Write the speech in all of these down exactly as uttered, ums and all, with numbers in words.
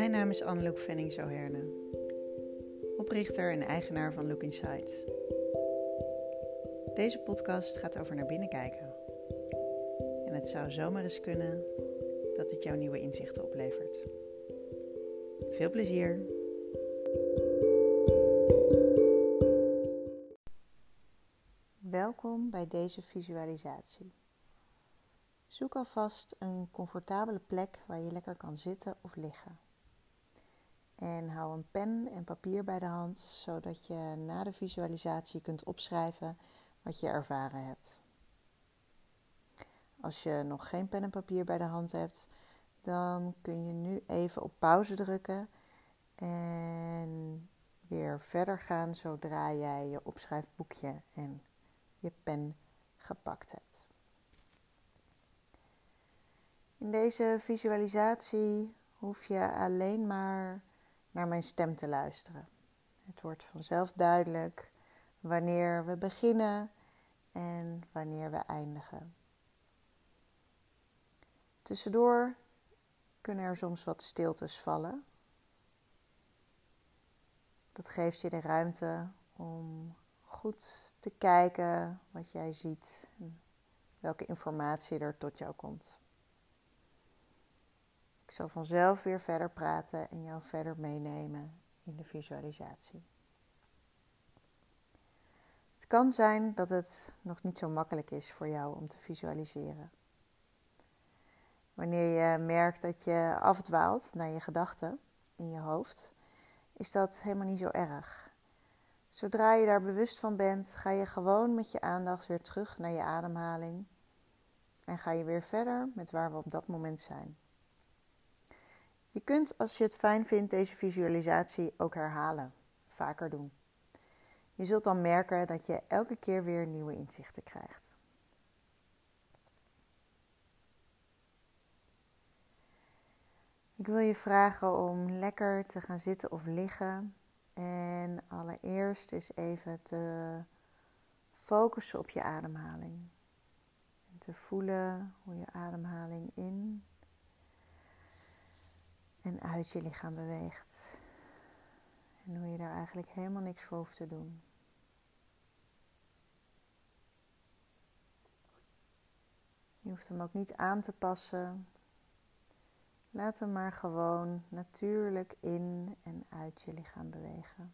Mijn naam is Anneloek Venning-Zoherne, oprichter en eigenaar van Look Insight. Deze podcast gaat over naar binnen kijken. En het zou zomaar eens kunnen dat het jou nieuwe inzichten oplevert. Veel plezier! Welkom bij deze visualisatie. Zoek alvast een comfortabele plek waar je lekker kan zitten of liggen. En hou een pen en papier bij de hand, zodat je na de visualisatie kunt opschrijven wat je ervaren hebt. Als je nog geen pen en papier bij de hand hebt, dan kun je nu even op pauze drukken en weer verder gaan zodra jij je opschrijfboekje en je pen gepakt hebt. In deze visualisatie hoef je alleen maar naar mijn stem te luisteren. Het wordt vanzelf duidelijk wanneer we beginnen en wanneer we eindigen. Tussendoor kunnen er soms wat stiltes vallen. Dat geeft je de ruimte om goed te kijken wat jij ziet en welke informatie er tot jou komt. Ik zal vanzelf weer verder praten en jou verder meenemen in de visualisatie. Het kan zijn dat het nog niet zo makkelijk is voor jou om te visualiseren. Wanneer je merkt dat je afdwaalt naar je gedachten in je hoofd, is dat helemaal niet zo erg. Zodra je daar bewust van bent, ga je gewoon met je aandacht weer terug naar je ademhaling en ga je weer verder met waar we op dat moment zijn. Je kunt, als je het fijn vindt, deze visualisatie ook herhalen, vaker doen. Je zult dan merken dat je elke keer weer nieuwe inzichten krijgt. Ik wil je vragen om lekker te gaan zitten of liggen en allereerst eens even te focussen op je ademhaling. En te voelen hoe je ademhaling in en uit je lichaam beweegt. En hoe je daar eigenlijk helemaal niks voor hoeft te doen. Je hoeft hem ook niet aan te passen. Laat hem maar gewoon natuurlijk in en uit je lichaam bewegen.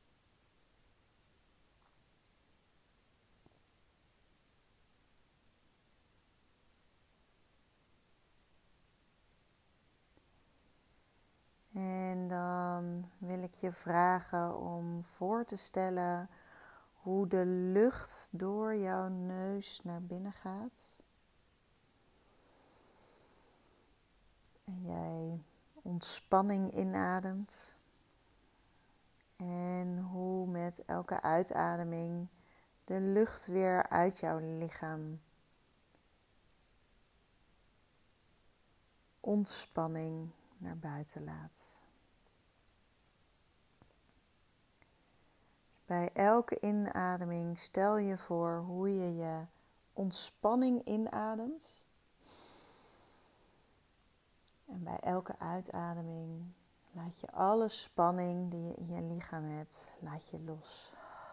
En dan wil ik je vragen om voor te stellen hoe de lucht door jouw neus naar binnen gaat. En jij ontspanning inademt. En hoe met elke uitademing de lucht weer uit jouw lichaam ontspanning naar buiten laat. Bij elke inademing stel je voor hoe je je ontspanning inademt. En bij elke uitademing laat je alle spanning die je in je lichaam hebt, laat je los.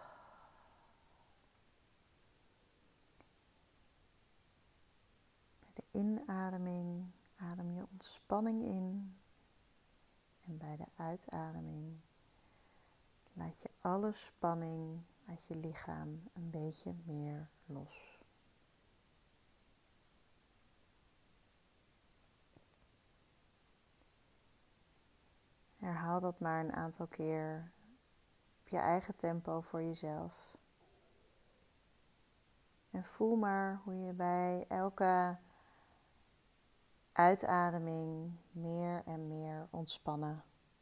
Bij de inademing adem je ontspanning in. En bij de uitademing laat je alle spanning uit je lichaam een beetje meer los. Herhaal dat maar een aantal keer op je eigen tempo voor jezelf. En voel maar hoe je bij elke uitademing meer en meer ontspannen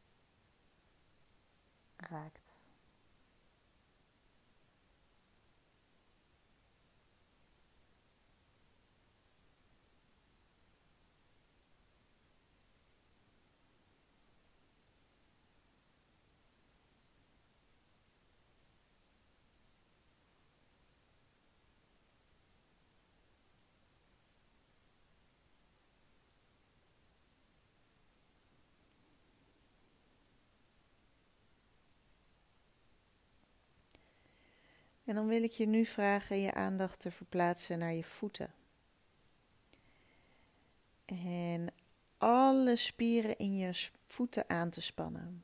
raakt. En dan wil ik je nu vragen je aandacht te verplaatsen naar je voeten. En alle spieren in je voeten aan te spannen.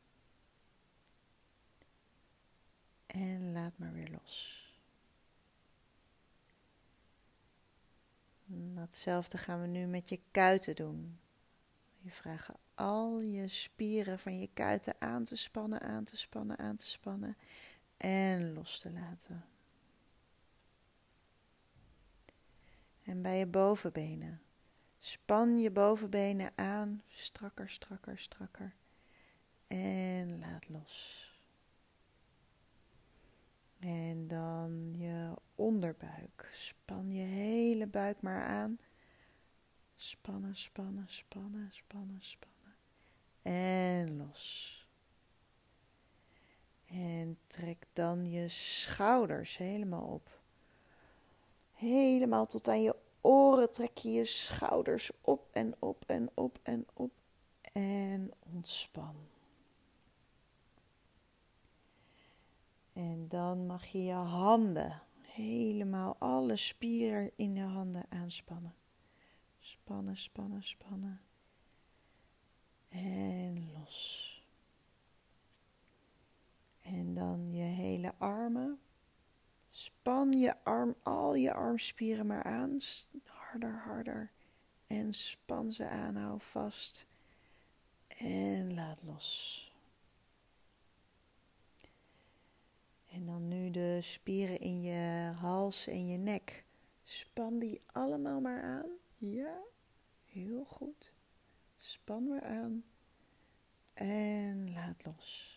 En laat maar weer los. Datzelfde gaan we nu met je kuiten doen. Je vraagt al je spieren van je kuiten aan te spannen, aan te spannen, aan te spannen. En los te laten. En bij je bovenbenen. Span je bovenbenen aan. Strakker, strakker, strakker. En laat los. En dan je onderbuik. Span je hele buik maar aan. Spannen, spannen, spannen, spannen, spannen. En los. En trek dan je schouders helemaal op. Helemaal tot aan je oren trek je je schouders op en op en op en op. En ontspan. En dan mag je je handen, helemaal alle spieren in je handen aanspannen. Spannen, spannen, spannen. En los. En dan je hele armen. Span je arm, al je armspieren maar aan. Harder, harder. En span ze aan, hou vast. En laat los. En dan nu de spieren in je hals en je nek. Span die allemaal maar aan. Ja, heel goed. Span maar aan. En laat los.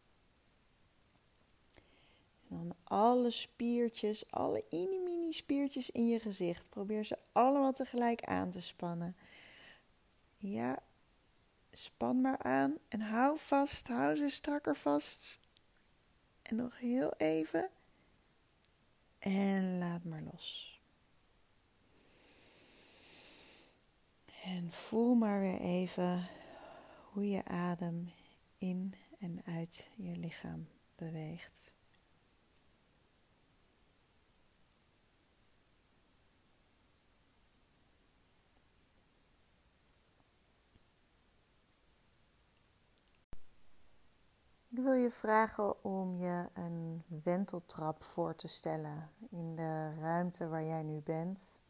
En dan alle spiertjes, alle mini-mini spiertjes in je gezicht. Probeer ze allemaal tegelijk aan te spannen. Ja, span maar aan en hou vast. Hou ze strakker vast. En nog heel even. En laat maar los. En voel maar weer even hoe je adem in en uit je lichaam beweegt. Ik wil je vragen om je een wenteltrap voor te stellen in de ruimte waar jij nu bent,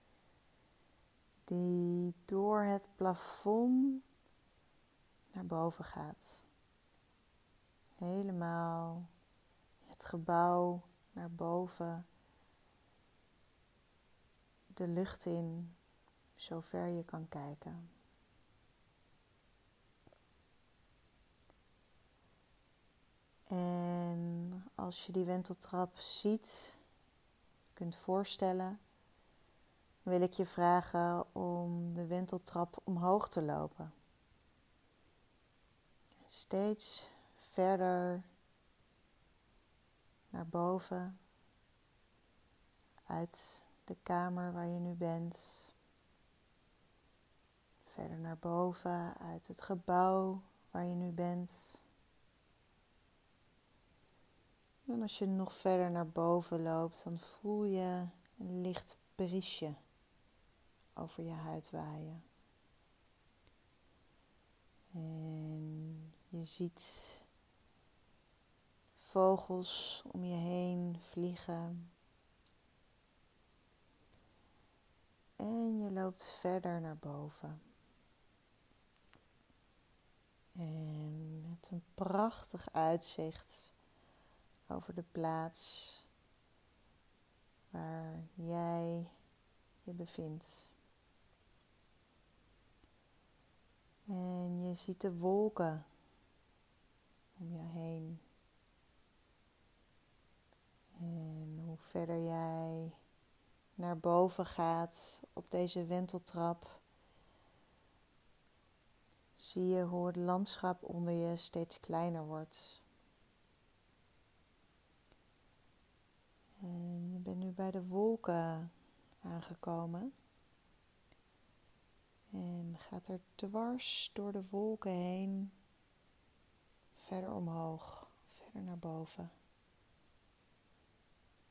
die door het plafond naar boven gaat. Helemaal het gebouw naar boven, de lucht in, zover je kan kijken. En als je die wenteltrap ziet, kunt voorstellen, wil ik je vragen om de wenteltrap omhoog te lopen. Steeds verder naar boven, uit de kamer waar je nu bent. Verder naar boven, uit het gebouw waar je nu bent. En als je nog verder naar boven loopt, dan voel je een licht briesje over je huid waaien. En je ziet vogels om je heen vliegen. En je loopt verder naar boven. En je hebt een prachtig uitzicht over de plaats waar jij je bevindt. En je ziet de wolken om je heen. En hoe verder jij naar boven gaat op deze wenteltrap, zie je hoe het landschap onder je steeds kleiner wordt. En je bent nu bij de wolken aangekomen. En gaat er dwars door de wolken heen, verder omhoog, verder naar boven.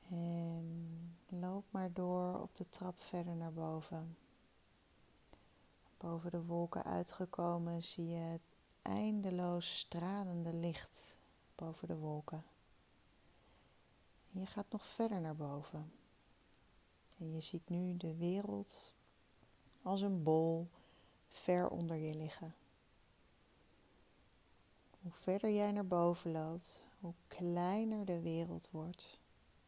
En loop maar door op de trap verder naar boven. Boven de wolken uitgekomen zie je het eindeloos stralende licht boven de wolken. En je gaat nog verder naar boven. En je ziet nu de wereld als een bol ver onder je liggen. Hoe verder jij naar boven loopt, hoe kleiner de wereld wordt.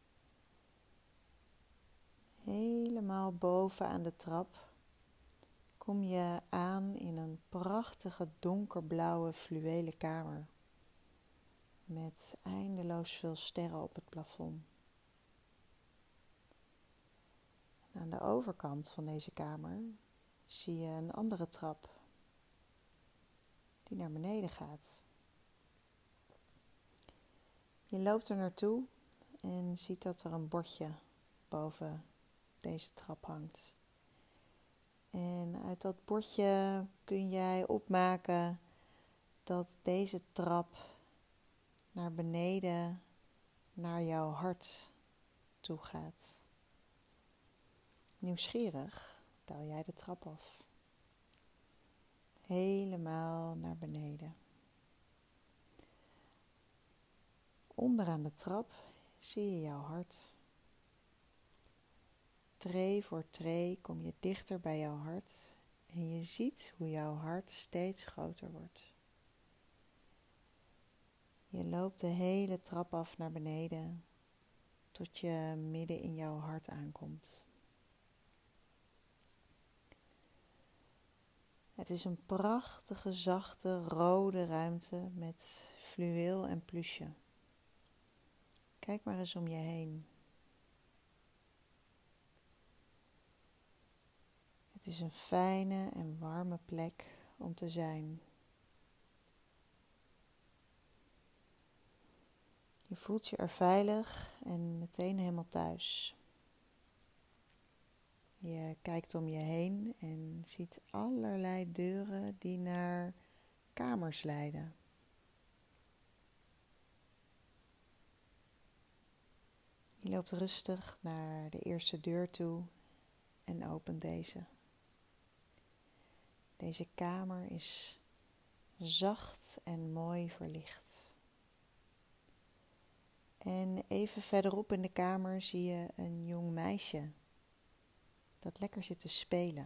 Helemaal boven aan de trap kom je aan in een prachtige donkerblauwe fluwelen kamer. Met eindeloos veel sterren op het plafond. Aan de overkant van deze kamer zie je een andere trap die naar beneden gaat. Je loopt er naartoe en ziet dat er een bordje boven deze trap hangt. En uit dat bordje kun jij opmaken dat deze trap naar beneden naar jouw hart toe gaat. Nieuwsgierig daal jij de trap af. Helemaal naar beneden. Onderaan de trap zie je jouw hart. Tree voor tree kom je dichter bij jouw hart en je ziet hoe jouw hart steeds groter wordt. Je loopt de hele trap af naar beneden tot je midden in jouw hart aankomt. Het is een prachtige, zachte, rode ruimte met fluweel en pluche. Kijk maar eens om je heen. Het is een fijne en warme plek om te zijn. Je voelt je er veilig en meteen helemaal thuis. Je kijkt om je heen en ziet allerlei deuren die naar kamers leiden. Je loopt rustig naar de eerste deur toe en opent deze. Deze kamer is zacht en mooi verlicht. En even verderop in de kamer zie je een jong meisje dat lekker zit te spelen.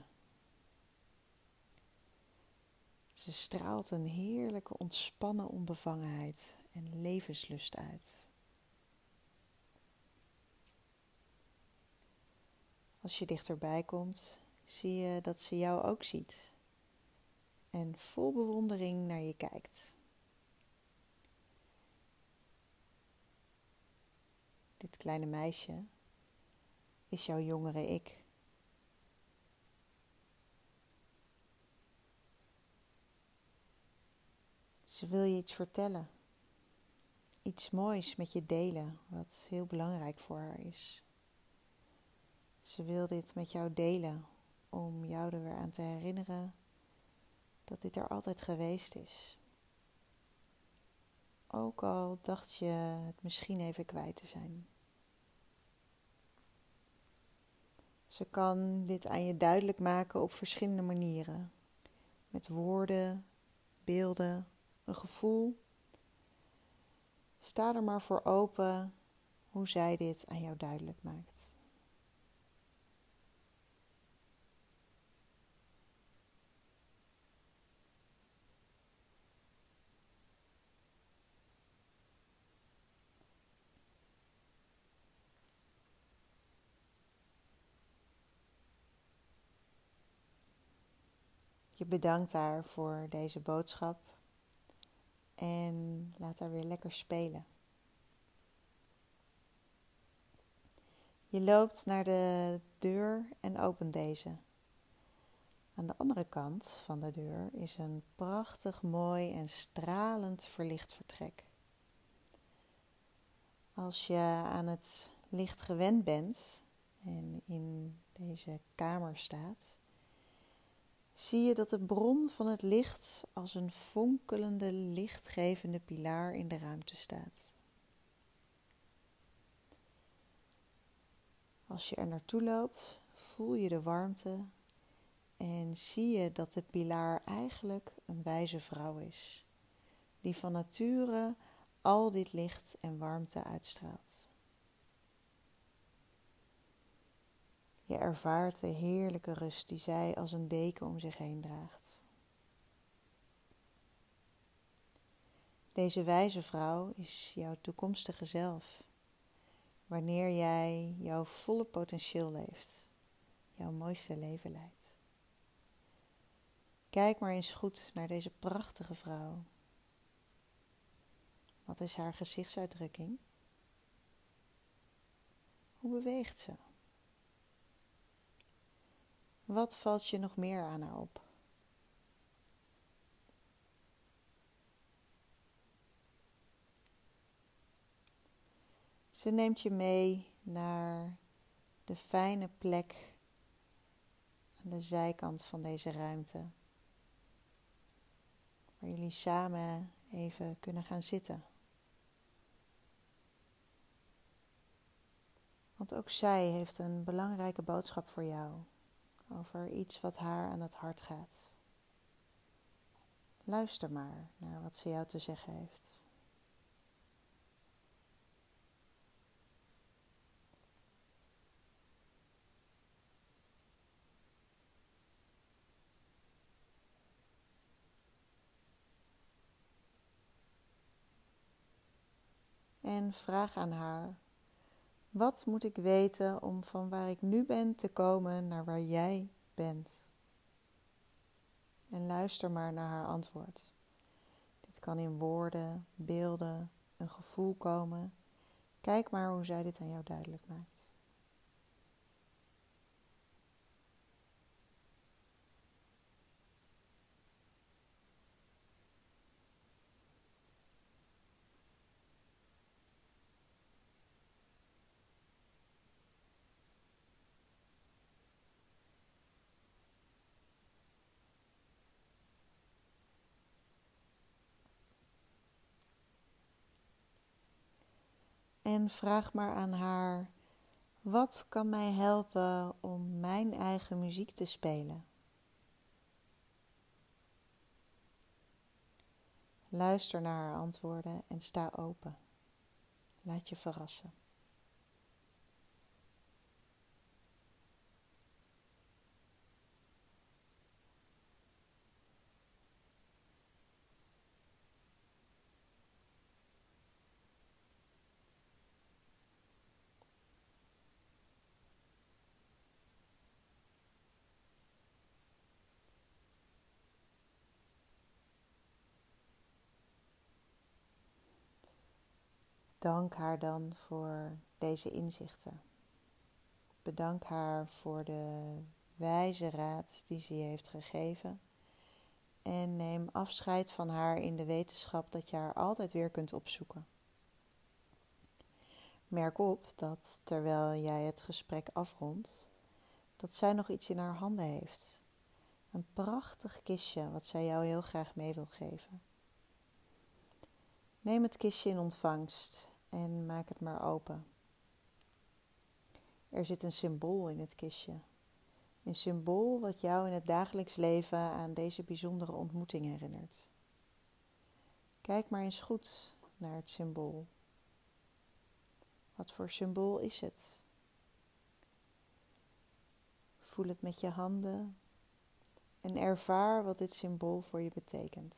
Ze straalt een heerlijke ontspannen onbevangenheid en levenslust uit. Als je dichterbij komt, zie je dat ze jou ook ziet en vol bewondering naar je kijkt. Dit kleine meisje is jouw jongere ik. Ze wil je iets vertellen. Iets moois met je delen, wat heel belangrijk voor haar is. Ze wil dit met jou delen, om jou er weer aan te herinneren dat dit er altijd geweest is. Ook al dacht je het misschien even kwijt te zijn. Ze kan dit aan je duidelijk maken op verschillende manieren. Met woorden, beelden, een gevoel. Sta er maar voor open hoe zij dit aan jou duidelijk maakt. Je bedankt haar voor deze boodschap en laat haar weer lekker spelen. Je loopt naar de deur en opent deze. Aan de andere kant van de deur is een prachtig mooi en stralend verlicht vertrek. Als je aan het licht gewend bent en in deze kamer staat, zie je dat de bron van het licht als een fonkelende, lichtgevende pilaar in de ruimte staat. Als je er naartoe loopt, voel je de warmte en zie je dat de pilaar eigenlijk een wijze vrouw is, die van nature al dit licht en warmte uitstraalt. Je ervaart de heerlijke rust die zij als een deken om zich heen draagt. Deze wijze vrouw is jouw toekomstige zelf, wanneer jij jouw volle potentieel leeft, jouw mooiste leven leidt. Kijk maar eens goed naar deze prachtige vrouw. Wat is haar gezichtsuitdrukking? Hoe beweegt ze? Wat valt je nog meer aan haar op? Ze neemt je mee naar de fijne plek aan de zijkant van deze ruimte, waar jullie samen even kunnen gaan zitten. Want ook zij heeft een belangrijke boodschap voor jou, over iets wat haar aan het hart gaat. Luister maar naar wat ze jou te zeggen heeft. En vraag aan haar: wat moet ik weten om van waar ik nu ben te komen naar waar jij bent? En luister maar naar haar antwoord. Dit kan in woorden, beelden, een gevoel komen. Kijk maar hoe zij dit aan jou duidelijk maakt. En vraag maar aan haar: wat kan mij helpen om mijn eigen muziek te spelen? Luister naar haar antwoorden en sta open. Laat je verrassen. Dank haar dan voor deze inzichten. Bedank haar voor de wijze raad die ze je heeft gegeven. En neem afscheid van haar in de wetenschap dat je haar altijd weer kunt opzoeken. Merk op dat terwijl jij het gesprek afrondt, dat zij nog iets in haar handen heeft. Een prachtig kistje wat zij jou heel graag mee wil geven. Neem het kistje in ontvangst en maak het maar open. Er zit een symbool in het kistje. Een symbool wat jou in het dagelijks leven aan deze bijzondere ontmoeting herinnert. Kijk maar eens goed naar het symbool. Wat voor symbool is het? Voel het met je handen en ervaar wat dit symbool voor je betekent.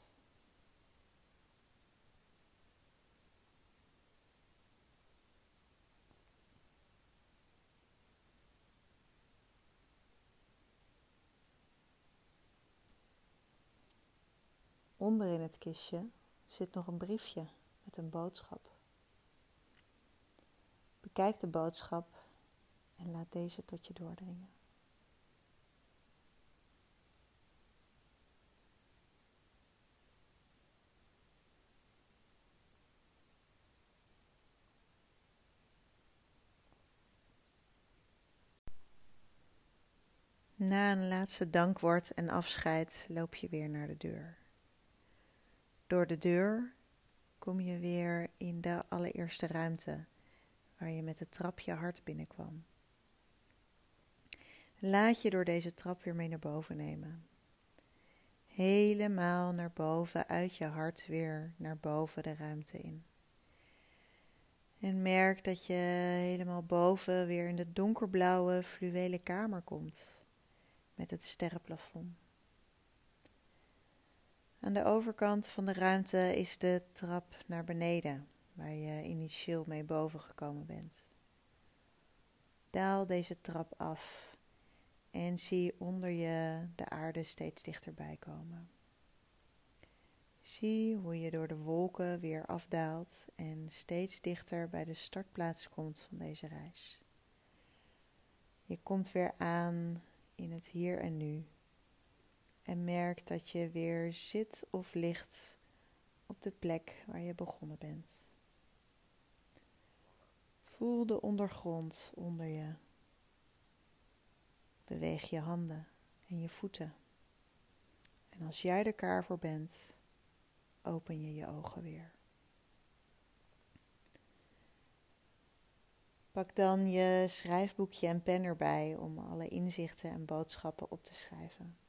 Onder in het kistje zit nog een briefje met een boodschap. Bekijk de boodschap en laat deze tot je doordringen. Na een laatste dankwoord en afscheid loop je weer naar de deur. Door de deur kom je weer in de allereerste ruimte waar je met de trap je hart binnenkwam. Laat je door deze trap weer mee naar boven nemen. Helemaal naar boven, uit je hart weer naar boven de ruimte in. En merk dat je helemaal boven weer in de donkerblauwe fluwelen kamer komt. Met het sterrenplafond. Aan de overkant van de ruimte is de trap naar beneden, waar je initieel mee boven gekomen bent. Daal deze trap af en zie onder je de aarde steeds dichterbij komen. Zie hoe je door de wolken weer afdaalt en steeds dichter bij de startplaats komt van deze reis. Je komt weer aan in het hier en nu en merkt dat je weer zit of ligt op de plek waar je begonnen bent. Voel de ondergrond onder je. Beweeg je handen en je voeten. En als jij er klaar voor bent, open je je ogen weer. Pak dan je schrijfboekje en pen erbij om alle inzichten en boodschappen op te schrijven.